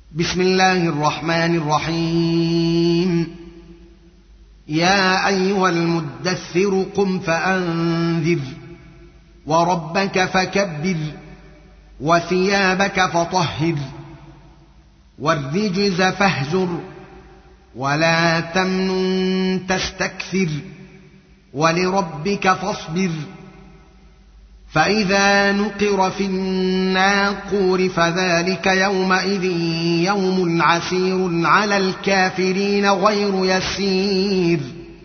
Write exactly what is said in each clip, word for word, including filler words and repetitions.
بسم الله الرحمن الرحيم. يا أيها المدثر قم فأنذر وربك فكبر وثيابك فطهر والرجز فاهجر ولا تمنن تستكثر ولربك فاصبر. فإذا نقر في الناقور فذلك يومئذ يوم عسير على الكافرين غير يسير.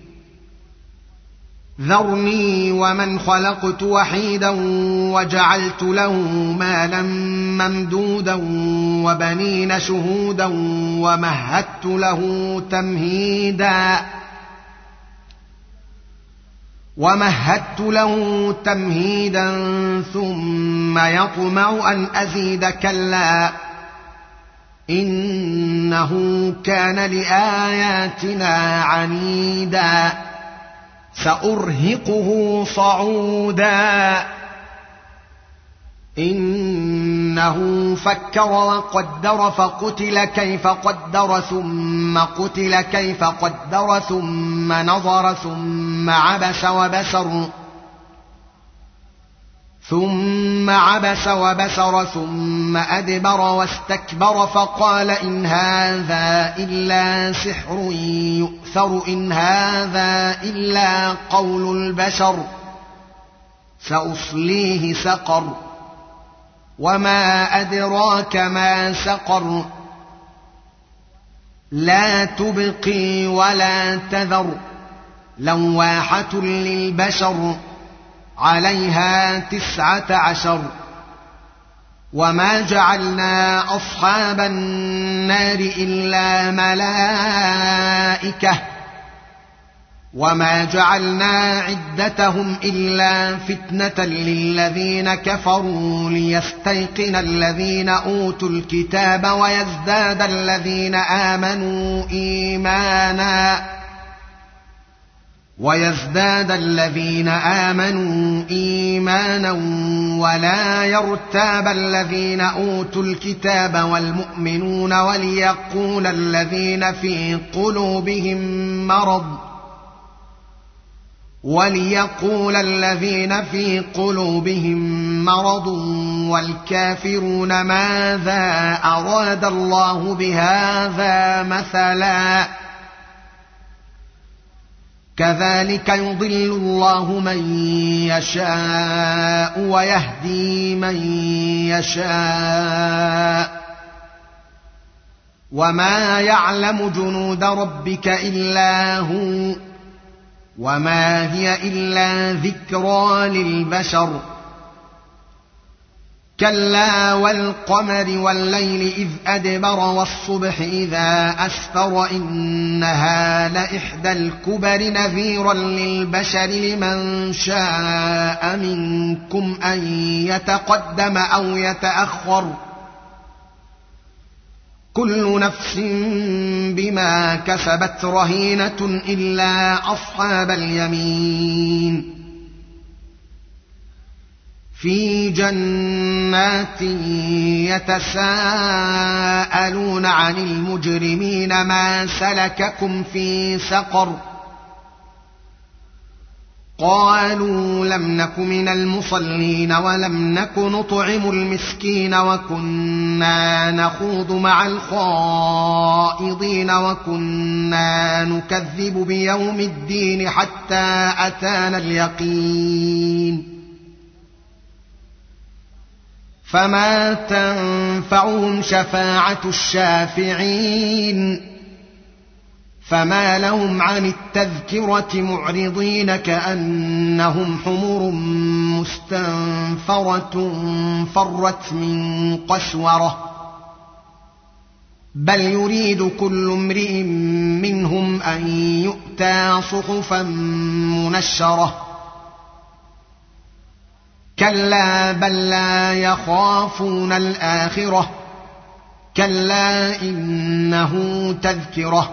ذرني ومن خلقت وحيدا وجعلت له مالا ممدودا وبنين شهودا ومهدت له تمهيدا ومهدت له تمهيدا ثم يطمع أن أزيد كلا إنه كان لآياتنا عنيدا سأرهقه صعودا. إنه فكر وقدر فقتل كيف قدر ثم قتل كيف قدر ثم نظر ثم عبس وبسر ثم عبس وبسر ثم أدبر واستكبر فقال إن هذا إلا سحر يؤثر إن هذا إلا قول البشر سأصليه سقر وما أدراك ما سقر لا تبقي ولا تذر لواحة للبشر عليها تسعة عشر. وما جعلنا أصحاب النار إلا ملائكة وما جعلنا عدتهم إلا فتنة للذين كفروا ليستيقن الذين أوتوا الكتاب ويزداد الذين آمنوا إيمانا ويزداد الذين آمنوا إيمانا ولا يرتاب الذين أوتوا الكتاب والمؤمنون وليقول الذين في قلوبهم مرض وليقول الذين في قلوبهم مرض والكافرون ماذا أراد الله بهذا مثلا كذلك يضل الله من يشاء ويهدي من يشاء وما يعلم جنود ربك إلا هو وما هي إلا ذكرى للبشر. كلا والقمر والليل إذ أدبر والصبح إذا أسفر إنها لإحدى الكبر نذيرا للبشر لمن شاء منكم أن يتقدم أو يتأخر كل نفس بما كسبت رهينة إلا أصحاب اليمين في جنات يتساءلون عن المجرمين ما سلككم في سقر قالوا لم نك من المصلين ولم نك نطعم المسكين وكنا نخوض مع الخائضين وكنا نكذب بيوم الدين حتى أتانا اليقين فما تنفعهم شفاعة الشافعين فما لهم عن التذكرة معرضين كأنهم حمر مستنفرة فرت من قسورة بل يريد كل امرئ منهم أن يؤتى صحفا منشرة كلا بل لا يخافون الآخرة كلا إنه تذكرة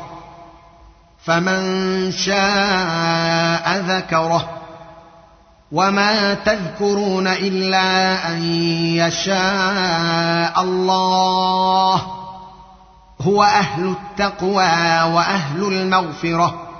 فمن شاء ذكره وما تذكرون إلا أن يشاء الله هو اهل التقوى واهل المغفره